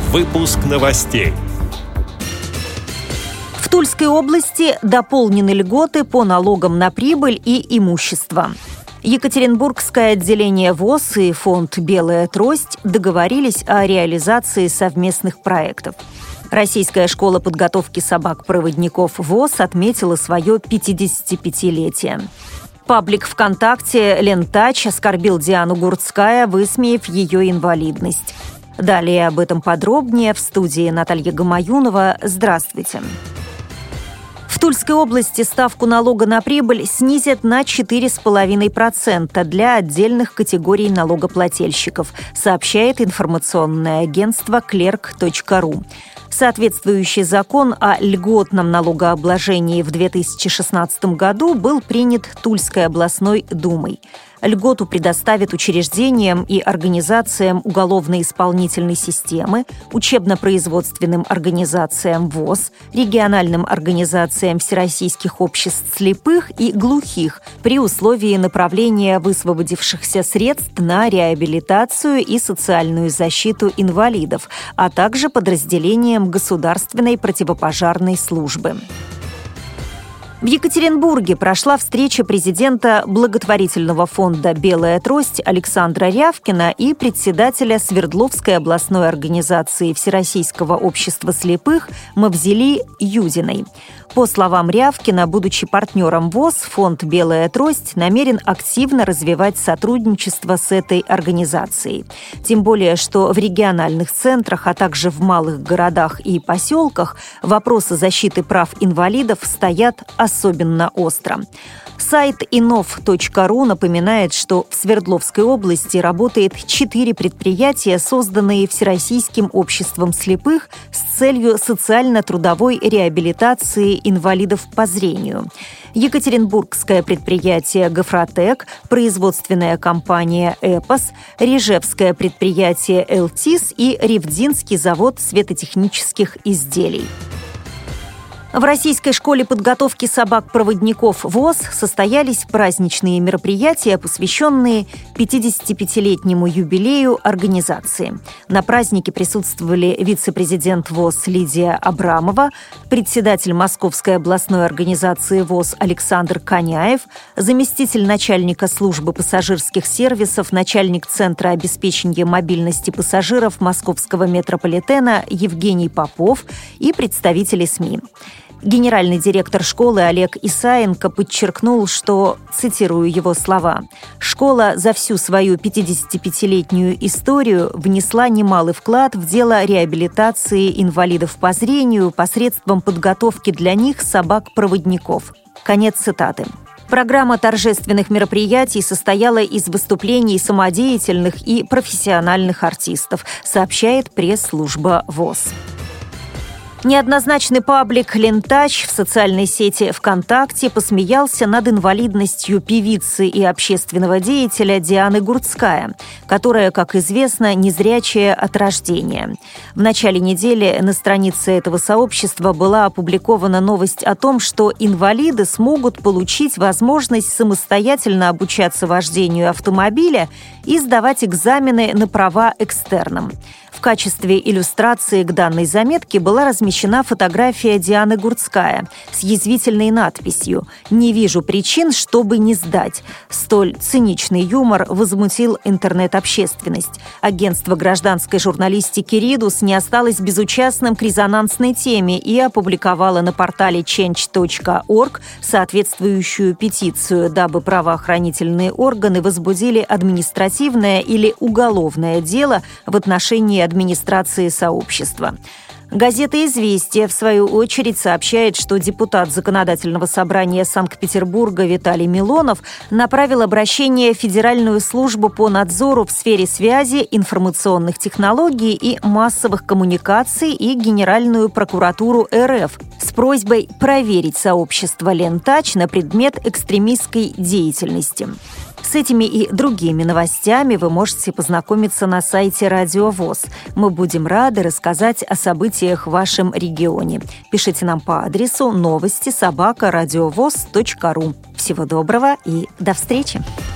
Выпуск новостей. В Тульской области дополнены льготы по налогам на прибыль и имущество. Екатеринбургское отделение ВОС и фонд «Белая трость» договорились о реализации совместных проектов. Российская школа подготовки собак-проводников ВОС отметила свое 55-летие. Паблик ВКонтакте «Лентач» оскорбил Диану Гурцкая, высмеяв ее инвалидность. Далее об этом подробнее в студии Наталья Гамаюнова. Здравствуйте. В Тульской области ставку налога на прибыль снизят на 4,5% для отдельных категорий налогоплательщиков, сообщает информационное агентство Clerk.ru. Соответствующий закон о льготном налогообложении в 2016 году был принят Тульской областной думой. Льготу предоставят учреждениям и организациям уголовно-исполнительной системы, учебно-производственным организациям ВОС, региональным организациям всероссийских обществ слепых и глухих при условии направления высвободившихся средств на реабилитацию и социальную защиту инвалидов, а также подразделениям государственной противопожарной службы. В Екатеринбурге прошла встреча президента благотворительного фонда «Белая трость» Александра Рявкина и председателя Свердловской областной организации Всероссийского общества слепых Мавзели Юдиной. По словам Рявкина, будучи партнером ВОС, фонд «Белая трость» намерен активно развивать сотрудничество с этой организацией. Тем более, что в региональных центрах, а также в малых городах и поселках вопросы защиты прав инвалидов стоят особенно остро. Сайт inov.ru напоминает, что в Свердловской области работает 4 предприятия, созданные Всероссийским обществом слепых с целью социально-трудовой реабилитации инвалидов по зрению. Екатеринбургское предприятие «Гофротек», производственная компания «Эпос», Рижевское предприятие «Элтис» и Ревдинский завод светотехнических изделий. В Российской школе подготовки собак-проводников ВОС состоялись праздничные мероприятия, посвященные 55-летнему юбилею организации. На празднике присутствовали вице-президент ВОС Лидия Абрамова, председатель Московской областной организации ВОС Александр Коняев, заместитель начальника службы пассажирских сервисов, начальник Центра обеспечения мобильности пассажиров Московского метрополитена Евгений Попов и представители СМИ. Генеральный директор школы Олег Исаенко подчеркнул, что, цитирую его слова, «Школа за всю свою 55-летнюю историю внесла немалый вклад в дело реабилитации инвалидов по зрению посредством подготовки для них собак-проводников». Конец цитаты. Программа торжественных мероприятий состояла из выступлений самодеятельных и профессиональных артистов, сообщает пресс-служба ВОС. Неоднозначный паблик «Лентач» в социальной сети ВКонтакте посмеялся над инвалидностью певицы и общественного деятеля Дианы Гурцкая, которая, как известно, незрячая от рождения. В начале недели на странице этого сообщества была опубликована новость о том, что инвалиды смогут получить возможность самостоятельно обучаться вождению автомобиля и сдавать экзамены на права экстерном. В качестве иллюстрации к данной заметке была размещена фотография Дианы Гурцкая с язвительной надписью «Не вижу причин, чтобы не сдать». Столь циничный юмор возмутил интернет-общественность. Агентство гражданской журналистики «Ридус» не осталось безучастным к резонансной теме и опубликовало на портале change.org соответствующую петицию, дабы правоохранительные органы возбудили административное или уголовное дело в отношении администрации сообщества. Газета «Известия», в свою очередь, сообщает, что депутат Законодательного собрания Санкт-Петербурга Виталий Милонов направил обращение в Федеральную службу по надзору в сфере связи, информационных технологий и массовых коммуникаций и Генеральную прокуратуру РФ с просьбой проверить сообщество «Лентач» на предмет экстремистской деятельности. С этими и другими новостями вы можете познакомиться на сайте Радио ВОС. Мы будем рады рассказать о событиях в вашем регионе. Пишите нам по адресу новости@радиовос.ру. Всего доброго и до встречи!